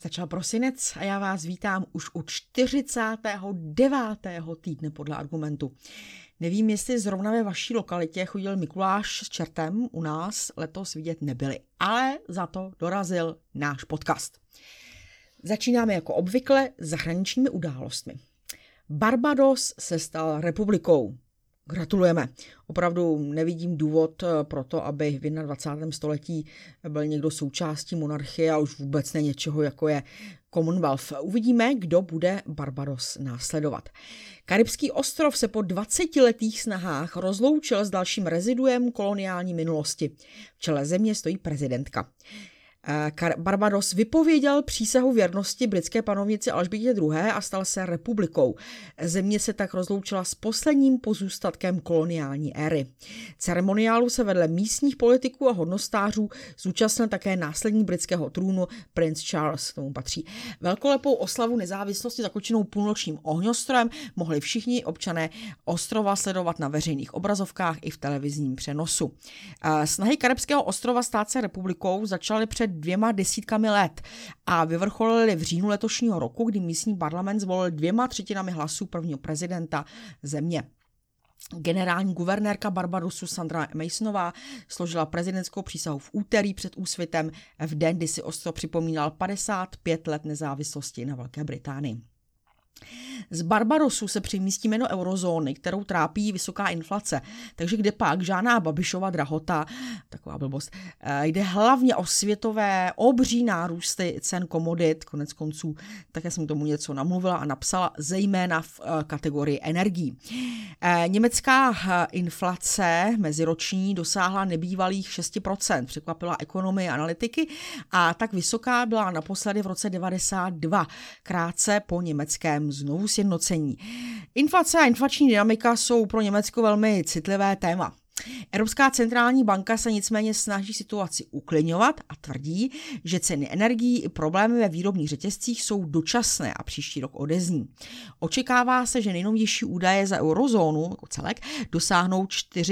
Začal prosinec a já vás vítám už u 49. týdne podle Argumentu. Nevím, jestli zrovna ve vaší lokalitě chodil Mikuláš s čertem, u nás letos vidět nebyli, ale za to dorazil náš podcast. Začínáme jako obvykle zahraničními událostmi. Barbados se stal republikou. Gratulujeme. Opravdu nevidím důvod pro to, aby v 21. století byl někdo součástí monarchie a už vůbec ne něčeho, jako je Commonwealth. Uvidíme, kdo bude Barbados následovat. Karibský ostrov se po 20letých snahách rozloučil s dalším reziduem koloniální minulosti. V čele země stojí prezidentka. Barbados vypověděl přísahu věrnosti britské panovnici Alžbětě II. A stal se republikou. Země se tak rozloučila s posledním pozůstatkem koloniální éry. Ceremoniálu se vedle místních politiků a hodnostářů zúčastnil také následník britského trůnu princ Charles, k tomu patří. Velkolepou oslavu nezávislosti zakončenou půlnočním ohňostrojem mohli všichni občané ostrova sledovat na veřejných obrazovkách i v televizním přenosu. Snahy Karibského ostrova stát se republikou začaly před 20 let a vyvrcholily v říjnu letošního roku, kdy místní parlament zvolil 2/3 hlasů prvního prezidenta země. Generální guvernérka Barbadosu Sandra Masonová složila prezidentskou přísahu v úterý před úsvitem v den, kdy si ostrov připomínal 55 let nezávislosti na Velké Británii. Z Barbadosu se přemístíme do eurozóny, kterou trápí vysoká inflace. Takže kde pak žádná Babišova drahota, taková blbost, jde hlavně o světové obří nárůsty cen komodit, konec konců také jsem k tomu něco namluvila a napsala, zejména v kategorii energií. Německá inflace meziroční dosáhla nebývalých 6%, překvapila ekonomy a analytiky a tak vysoká byla naposledy v roce 1992, krátce po německém znovu sjednocení. Inflace a inflační dynamika jsou pro Německo velmi citlivé téma. Evropská centrální banka se nicméně snaží situaci uklidňovat a tvrdí, že ceny energií i problémy ve výrobních řetězcích jsou dočasné a příští rok odezní. Očekává se, že nejnovější údaje za eurozónu jako celek dosáhnou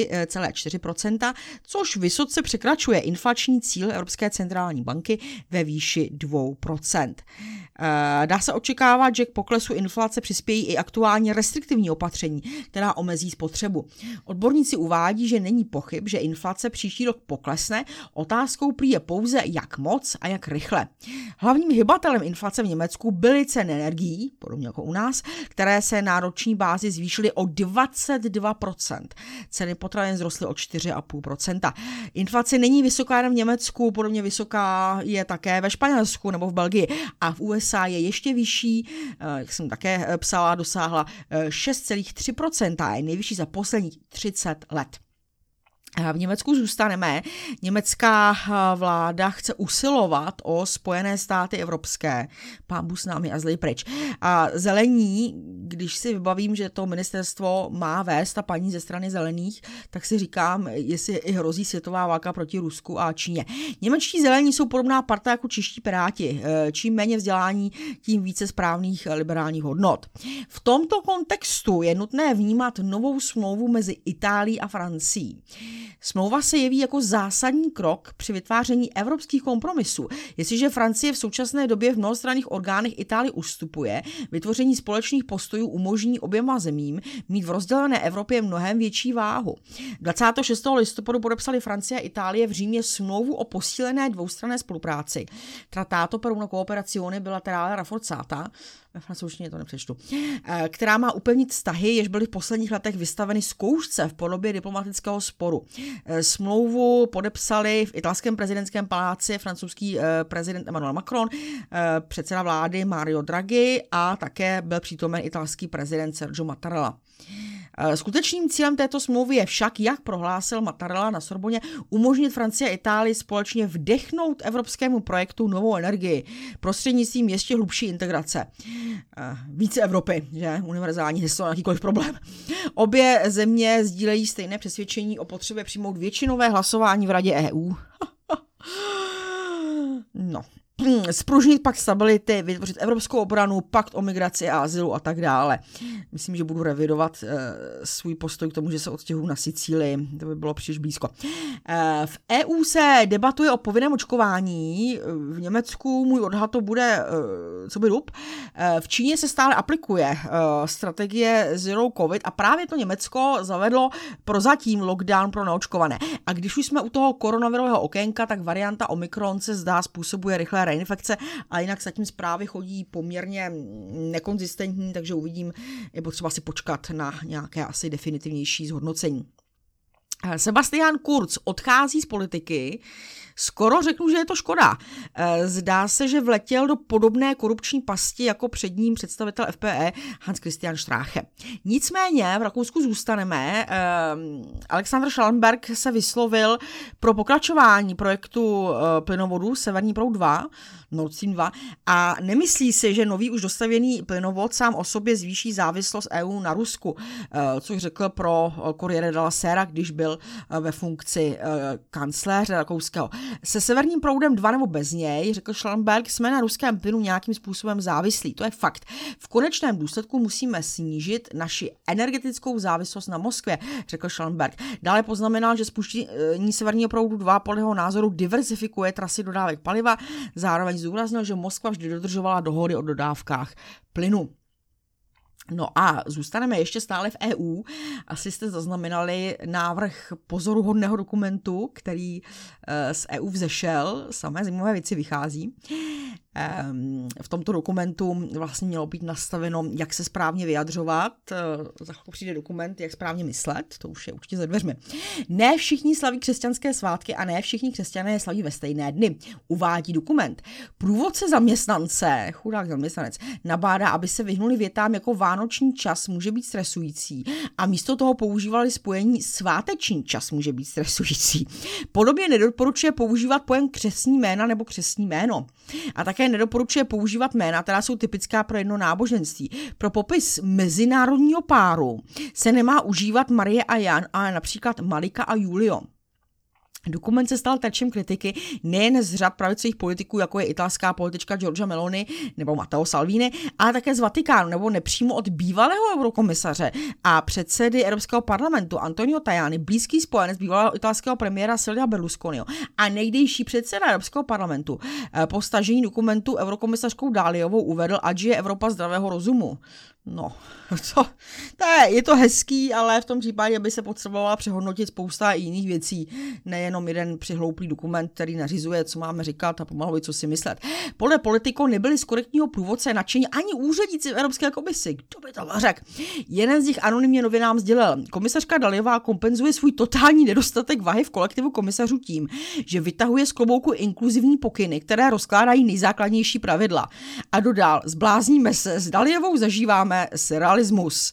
4,4%, což vysoce překračuje inflační cíl Evropské centrální banky ve výši 2%. Dá se očekávat, že k poklesu inflace přispějí i aktuální restriktivní opatření, která omezí spotřebu. Odborníci uvádí, že není pochyb, že inflace příští rok poklesne, otázkou prý je pouze jak moc a jak rychle. Hlavním hybatelem inflace v Německu byly ceny energií, podobně jako u nás, které se na roční bázi zvýšily o 22%. Ceny potravin vzrostly o 4,5%. Inflace není vysoká jen v Německu, podobně vysoká je také ve Španělsku nebo v Belgii a v USA je ještě vyšší, jak jsem také psala, dosáhla 6,3% a je nejvyšší za posledních 30 let. V Německu zůstaneme. Německá vláda chce usilovat o Spojené státy evropské. Pánbůh s námi a zlej pryč. A zelení, když si vybavím, že to ministerstvo má vést ta paní ze strany zelených, tak si říkám, jestli i hrozí světová válka proti Rusku a Číně. Němečtí zelení jsou podobná parta jako čeští piráti. Čím méně vzdělání, tím více správných liberálních hodnot. V tomto kontextu je nutné vnímat novou smlouvu mezi Itálií a Francií. Smlouva se jeví jako zásadní krok při vytváření evropských kompromisů. Jestliže Francie v současné době v mnohostranných orgánech Itálii ustupuje, vytvoření společných postojů umožní oběma zemím mít v rozdělené Evropě mnohem větší váhu. 26. listopadu podepsali Francie a Itálie v Římě smlouvu o posílené dvoustranné spolupráci. Trattato per una cooperazione bilaterale rafforzata, ve francouzštině to nepřečtu, která má upevnit vztahy, jež byly v posledních letech vystaveny zkoušce v podobě diplomatického sporu. Smlouvu podepsali v italském prezidentském paláci francouzský prezident Emmanuel Macron, předseda vlády Mario Draghi a také byl přítomen italský prezident Sergio Mattarella. Skutečným cílem této smlouvy je však, jak prohlásil Mattarella na Sorboně, umožnit Francii a Itálii společně vdechnout evropskému projektu novou energii prostřednictvím ještě hlubší integrace. Více Evropy, že? Univerzální heslo na jakýkoliv problém. Obě země sdílejí stejné přesvědčení o potřebě přijmout většinové hlasování v Radě EU. No. spružnit pakt stability, vytvořit evropskou obranu, pakt o migraci a azylu a tak dále. Myslím, že budu revidovat svůj postoj k tomu, že se odstěhuji na Sicílii, to by bylo příliš blízko. V EU se debatuje o povinném očkování, v Německu můj odhad to bude co by dub. V Číně se stále aplikuje strategie Zero Covid a právě to Německo zavedlo prozatím lockdown pro neočkované. A když už jsme u toho koronavirového okénka, tak varianta Omikron se zdá způsobuje rychlé reinfekce a jinak zatím zprávy chodí poměrně nekonzistentní, takže uvidím, je potřeba si počkat na nějaké asi definitivnější zhodnocení. Sebastian Kurz odchází z politiky, skoro řeknu, že je to škoda. Zdá se, že vletěl do podobné korupční pasti jako před ním představitel FPE Hans Christian Strache. Nicméně v Rakousku zůstaneme. Alexander Schallenberg se vyslovil pro pokračování projektu plynovodu Severní proud 2, Nord Stream 2, a nemyslí si, že nový už dostavěný plynovod sám o sobě zvýší závislost EU na Rusku, což řekl pro Corriere della Sera, když byl ve funkci kancléře rakouského. Se Severním proudem 2 nebo bez něj, řekl Schallenberg, jsme na ruském plynu nějakým způsobem závislí. To je fakt. V konečném důsledku musíme snížit naši energetickou závislost na Moskvě, řekl Schallenberg. Dále poznamenal, že spuštění Severního proudu 2 podle jeho názoru diverzifikuje trasy dodávek paliva, zároveň zdůraznil, že Moskva vždy dodržovala dohody o dodávkách plynu. No a zůstaneme ještě stále v EU. Asi jste zaznamenali návrh pozoruhodného dokumentu, který z EU vzešel. Samé zajímavé věci vychází. V tomto dokumentu vlastně mělo být nastaveno, jak se správně vyjadřovat. Za chvilku přijde dokument, jak správně myslet, to už je určitě za dveřmi. Ne všichni slaví křesťanské svátky a ne všichni křesťané je slaví ve stejné dny. Uvádí dokument. Průvodce zaměstnance, chudák zaměstnanec, nabádá, aby se vyhnuli větám jako vánoční čas může být stresující a místo toho používali spojení sváteční čas může být stresující. Podobně nedoporučuje používat pojem křestní jména nebo křestní jméno. A také nedoporučuje používat jména, která jsou typická pro jedno náboženství. Pro popis mezinárodního páru se nemá užívat Marie a Jan, ale například Malika a Julio. Dokument se stal terčem kritiky nejen z řad pravicových politiků, jako je italská politička Giorgia Meloni nebo Matteo Salvini, ale také z Vatikánu nebo nepřímo od bývalého eurokomisaře a předsedy Evropského parlamentu Antonio Tajani, blízký spojenec bývalého italského premiéra Silvia Berlusconiho a nejdejší předseda Evropského parlamentu. Po stažení dokumentu eurokomisařkou Dáliovou uvedl, ať je Evropa zdravého rozumu. No, je to hezký, ale v tom případě by se potřebovala přehodnotit spousta jiných věcí. Nejenom jeden přihlouplý dokument, který nařizuje, co máme říkat a pomalu co si myslet. Podle Politico nebyli z korektního průvodce nadšení ani úředníci v Evropské komisi. Kdo by to řekl? Jeden z nich anonymně novinám sdělil. Komisařka Dalliová kompenzuje svůj totální nedostatek váhy v kolektivu komisařů tím, že vytahuje z klobouku inkluzivní pokyny, které rozkládají nejzákladnější pravidla. A dodal, zblázníme se, s Dalliovou zažíváme surrealismus.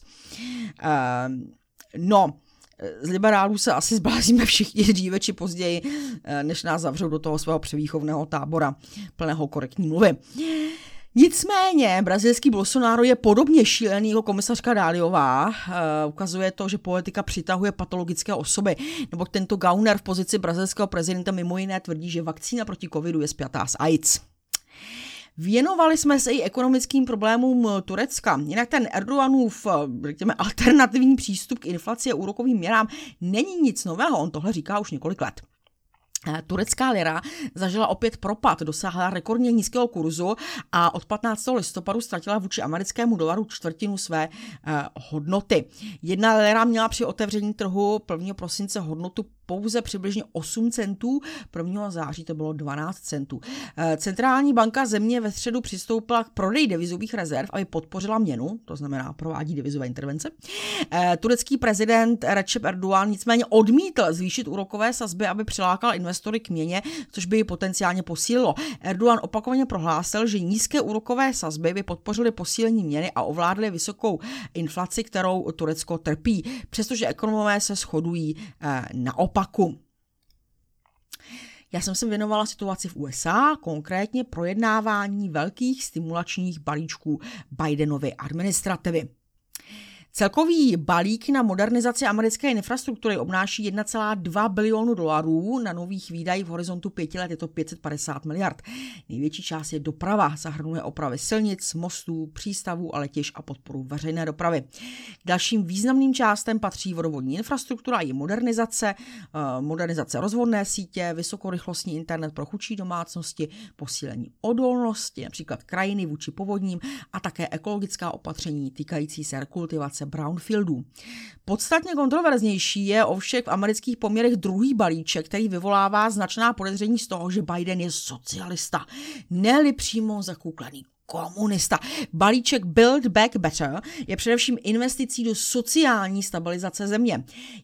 Z liberálů se asi zblázíme všichni dříve či později, než nás zavřou do toho svého převýchovného tábora plného korektní mluvy. Nicméně brazilský Bolsonaro je podobně šílený jako komisařka Dáliová. Ukazuje to, že politika přitahuje patologické osoby. Nebo tento gauner v pozici brazilského prezidenta mimo jiné tvrdí, že vakcína proti covidu je spjatá s AIDS. Věnovali jsme se i ekonomickým problémům Turecka. Jinak ten Erdoganův, řekněme, alternativní přístup k inflaci a úrokovým měrám není nic nového, on tohle říká už několik let. Turecká lira zažila opět propad, dosáhla rekordně nízkého kurzu a od 15. listopadu ztratila vůči americkému dolaru čtvrtinu své hodnoty. Jedna lira měla při otevření trhu 1. prosince hodnotu pouze přibližně 8 centů, 1. září to bylo 12 centů. Centrální banka země ve středu přistoupila k prodeji devizových rezerv, aby podpořila měnu, to znamená provádí devizové intervence. Turecký prezident Recep Erdogan nicméně odmítl zvýšit úrokové sazby, aby přilákal investory k měně, což by ji potenciálně posílilo. Erdogan opakovaně prohlásil, že nízké úrokové sazby by podpořily posílení měny a ovládly vysokou inflaci, kterou Turecko trpí, přestože ekonomové se shodují na opaku. Já jsem se věnovala situaci v USA, konkrétně projednávání velkých stimulačních balíčků Bidenovy administrativy. Celkový balík na modernizaci americké infrastruktury obnáší 1,2 bilionu dolarů, na nových výdajích v horizontu 5 let je to 550 miliard. Největší část je doprava, zahrnuje opravy silnic, mostů, přístavů a letišť a podporu veřejné dopravy. K dalším významným částem patří vodovodní infrastruktura i modernizace rozvodné sítě, vysokorychlostní internet pro chudší domácnosti, posílení odolnosti, například krajiny vůči povodním a také ekologická opatření týkající se rekultivace brownfieldů. Podstatně kontroverznější je o všech v amerických poměrech druhý balíček, který vyvolává značná podezření z toho, že Biden je socialista, ne-li přímo zakuklený komunista. Balíček Build Back Better je především investicí do sociální stabilizace země.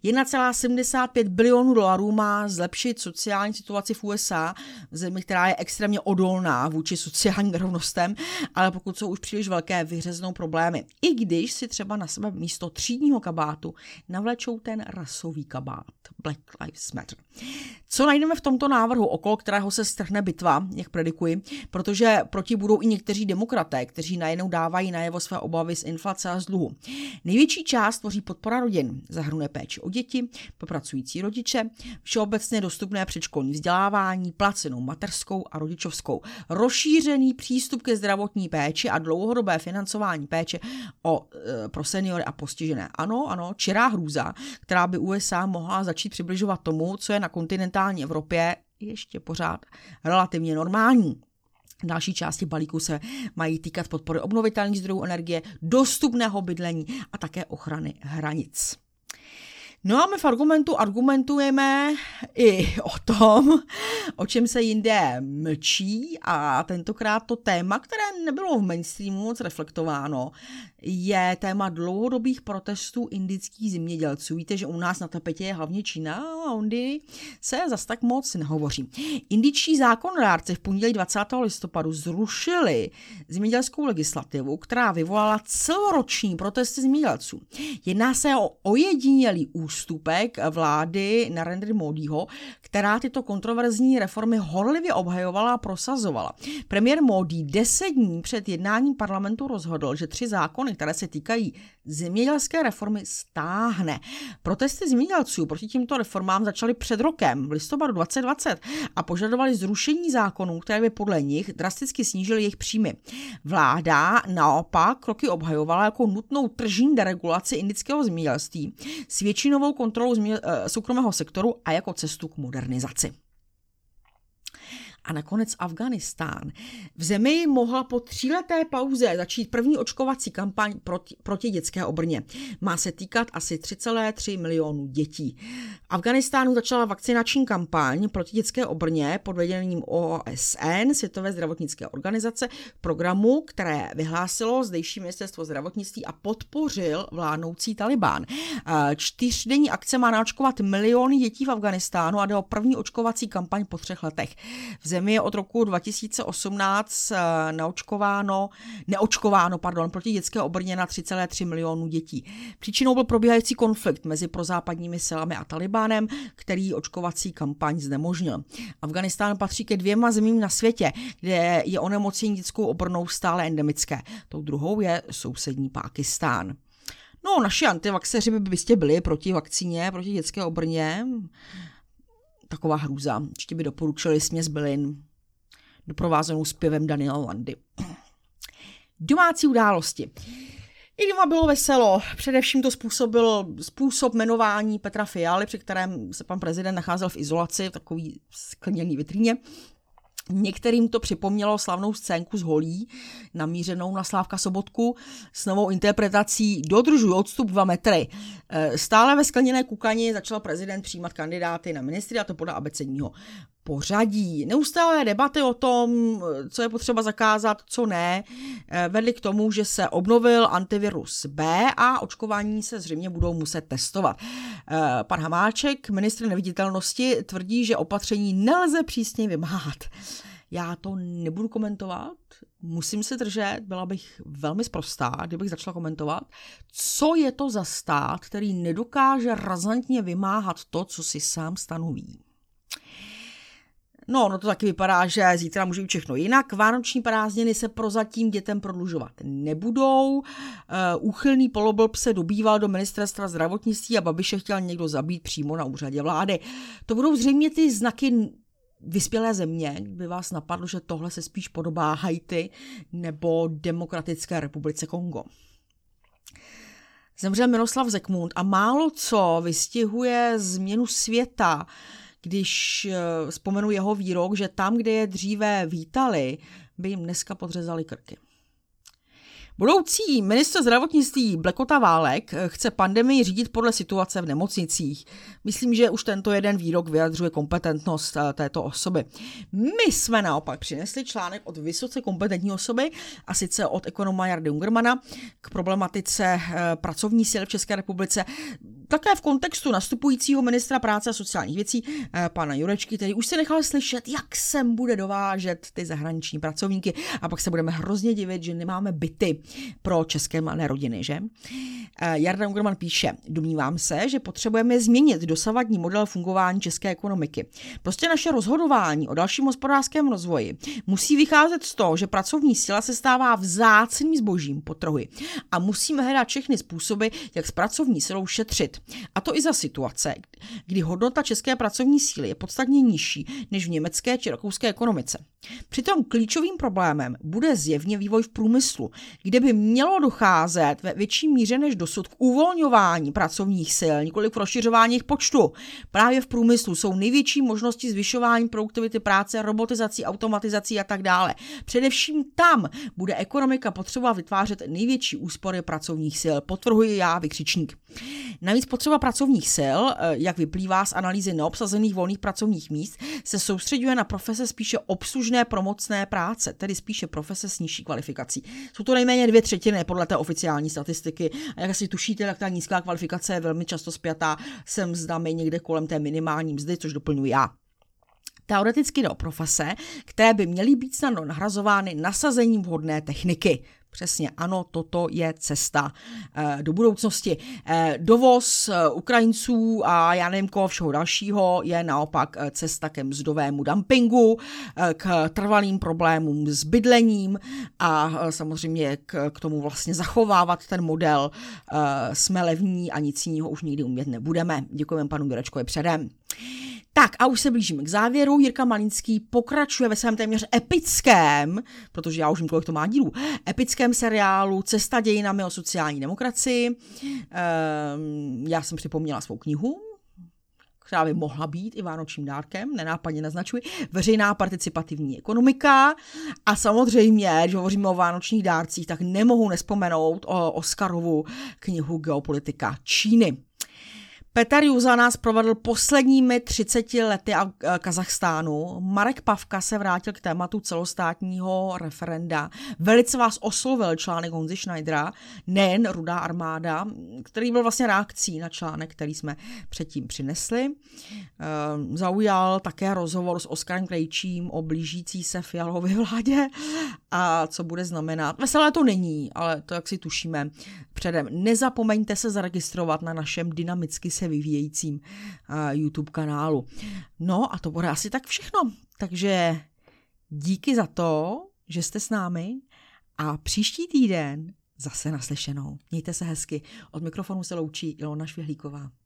1,75 bilionů dolarů má zlepšit sociální situaci v USA, v zemi, která je extrémně odolná vůči sociálním nerovnostem, ale pokud jsou už příliš velké, vyřeznou problémy. I když si třeba na sebe místo třídního kabátu navlečou ten rasový kabát. Black Lives Matter. Co najdeme v tomto návrhu, okolo kterého se strhne bitva, jak predikuji, protože proti budou i někteří demokraté, kteří najednou dávají najevo své obavy z inflace a z dluhu. Největší část tvoří podpora rodin, zahrnuje péči o děti, pro pracující rodiče, všeobecně dostupné předškolní vzdělávání, placenou mateřskou a rodičovskou, rozšířený přístup ke zdravotní péči a dlouhodobé financování péče pro seniory a postižené. Ano, čirá hrůza, která by USA mohla začít přibližovat tomu, co je na kontinentální Evropě ještě pořád relativně normální. Další části balíku se mají týkat podpory obnovitelných zdrojů energie, dostupného bydlení a také ochrany hranic. No a my v argumentu argumentujeme i o tom, o čem se jinde mlčí, a tentokrát to téma, které nebylo v mainstreamu moc reflektováno, je téma dlouhodobých protestů indických zemědělců. Víte, že u nás na tapetě je hlavně Čína a ondy se zas tak moc nehovoří. Indičtí zákonodárci v pondělí 20. listopadu zrušili zemědělskou legislativu, která vyvolala celoroční protesty zemědělců. Jedná se o ojedinělý ústupek vlády Narendry Módího, která tyto kontroverzní reformy horlivě obhajovala a prosazovala. Premiér Módí 10 dní před jednáním parlamentu rozhodl, že 3 zákony, které se týkají zemědělské reformy, stáhne. Protesty zemědělců proti těmto reformám začaly před rokem, v listopadu 2020, a požadovali zrušení zákonů, které by podle nich drasticky snížily jejich příjmy. Vláda naopak kroky obhajovala jako nutnou tržní deregulaci indického zemědělství s většinovou kontrolou soukromého sektoru a jako cestu k modernizaci. A nakonec Afghánistán. V zemi mohla po 3leté pauze začít první očkovací kampaň proti dětské obrně. Má se týkat asi 3,3 milionů dětí. V Afghánistánu začala vakcinační kampaň proti dětské obrně pod vedením OSN, Světové zdravotnické organizace, programu, které vyhlásilo zdejší ministerstvo zdravotnictví a podpořil vládnoucí Talibán. 4denní akce má naočkovat miliony dětí v Afghánistánu a jde o první očkovací kampaň po 3 letech. V zemi je od roku 2018 neočkováno proti dětské obrně na 3,3 milionů dětí. Příčinou byl probíhající konflikt mezi prozápadními silami a Talibánem, který očkovací kampaň znemožnil. Afghánistán patří ke 2 zemím na světě, kde je onemocnění dětskou obrnou stále endemické. Tou druhou je sousední Pákistán. No, naši antivaxeři by byste byli proti vakcíně, proti dětské obrně. Taková hrůza. Ještě by doporučili směs bylin doprovázenou zpěvem Daniela Landy. Domácí události. I doma bylo veselo. Především to způsobil způsob jmenování Petra Fialy, při kterém se pan prezident nacházel v izolaci, v takový skleněný vitríně. Některým to připomnělo slavnou scénku z Holí, namířenou na Slávka Sobotku, s novou interpretací Dodržuj odstup 2 metry. Stále ve skleněné kukani začal prezident přijímat kandidáty na ministry, a to podle abecedního pořadí. Neustálé debaty o tom, co je potřeba zakázat, co ne, vedly k tomu, že se obnovil antivirus B a očkování se zřejmě budou muset testovat. Pan Hamáček, ministr neviditelnosti, tvrdí, že opatření nelze přísně vymáhat. Já to nebudu komentovat, musím se držet, byla bych velmi sprostá, kdybych začala komentovat, co je to za stát, který nedokáže razantně vymáhat to, co si sám stanoví. No to taky vypadá, že zítra může být všechno jinak. Vánoční prázdniny se prozatím dětem prodlužovat nebudou. Úchylný poloblb se dobýval do ministerstva zdravotnictví a Babiše chtěl někdo zabít přímo na úřadě vlády. To budou zřejmě ty znaky vyspělé země, by vás napadlo, že tohle se spíš podobá Haiti nebo Demokratické republice Kongo. Zemřel Miroslav Zekmund a málo co vystihuje změnu světa, když vzpomenu jeho výrok, že tam, kde je dříve vítali, by jim dneska podřezali krky. Budoucí ministr zdravotnictví Blekota Válek chce pandemii řídit podle situace v nemocnicích. Myslím, že už tento jeden výrok vyjadřuje kompetentnost této osoby. My jsme naopak přinesli článek od vysoce kompetentní osoby, a sice od ekonoma Jardy Ungermana, k problematice pracovní síly v České republice, také v kontextu nastupujícího ministra práce a sociálních věcí, pana Jurečky, který už se nechal slyšet, jak sem bude dovážet ty zahraniční pracovníky, a pak se budeme hrozně divit, že nemáme byty pro české mladé rodiny, že? Jarda Ungerman píše, domnívám se, že potřebujeme změnit dosavadní model fungování české ekonomiky. Prostě naše rozhodování o dalším hospodářském rozvoji musí vycházet z toho, že pracovní síla se stává vzácným zbožím, podtrhuji, a musíme hledat všechny způsoby, jak s pracovní silou šetřit. A to i za situace, kdy hodnota české pracovní síly je podstatně nižší než v německé či rakouské ekonomice. Přitom klíčovým problémem bude zjevně vývoj v průmyslu, kde by mělo docházet ve větší míře než dosud k uvolňování pracovních sil, nikoli k rozšiřování jejich počtu. Právě v průmyslu jsou největší možnosti zvyšování produktivity práce, robotizací, automatizací a tak dále. Především tam bude ekonomika potřeba vytvářet největší úspory pracovních sil, podtrhuji já, vykřičník. Navíc potřeba pracovních sil, jak vyplývá z analýzy neobsazených volných pracovních míst, se soustřeďuje na profese spíše obslužné promocné práce, tedy spíše profese s nižší kvalifikací. Jsou to nejméně 2/3 podle té oficiální statistiky. A jak asi tušíte, tak ta nízká kvalifikace je velmi často spjatá se mzdami někde kolem té minimální mzdy, což doplňuji já. Teoreticky jde o profese, které by měly být snadno nahrazovány nasazením vhodné techniky. Přesně, ano, toto je cesta do budoucnosti. Dovoz Ukrajinců a já nevím koho všeho dalšího je naopak cesta ke mzdovému dumpingu, k trvalým problémům s bydlením a samozřejmě k tomu vlastně zachovávat ten model jsme levní a nic jiného už nikdy umět nebudeme. Děkujeme panu Jurečkovi předem. Tak a už se blížíme k závěru. Jirka Malinský pokračuje ve svém téměř epickém, protože já už vím, kolik to má dílů, epickém seriálu Cesta dějinami o sociální demokracii. Já jsem připomněla svou knihu, která by mohla být i vánočním dárkem, nenápadně naznačuji, Veřejná participativní ekonomika. A samozřejmě, když hovoříme o vánočních dárcích, tak nemohu nespomenout o Oscarovu knihu Geopolitika Číny. Petar Juza nás provedl posledními 30 lety Kazachstánu. Marek Pavka se vrátil k tématu celostátního referenda. Velice vás oslovil článek Honzy Schneidera, nejen Rudá armáda, který byl vlastně reakcí na článek, který jsme předtím přinesli. Zaujal také rozhovor s Oskarem Krejčím o blížící se Fialově vládě a co bude znamenat. Veselé to není, ale to, jak si tušíme předem. Nezapomeňte se zaregistrovat na našem dynamicky se vyvíjejícím YouTube kanálu. No a to bude asi tak všechno. Takže díky za to, že jste s námi a příští týden zase naslyšenou. Mějte se hezky. Od mikrofonu se loučí Ilona Švihlíková.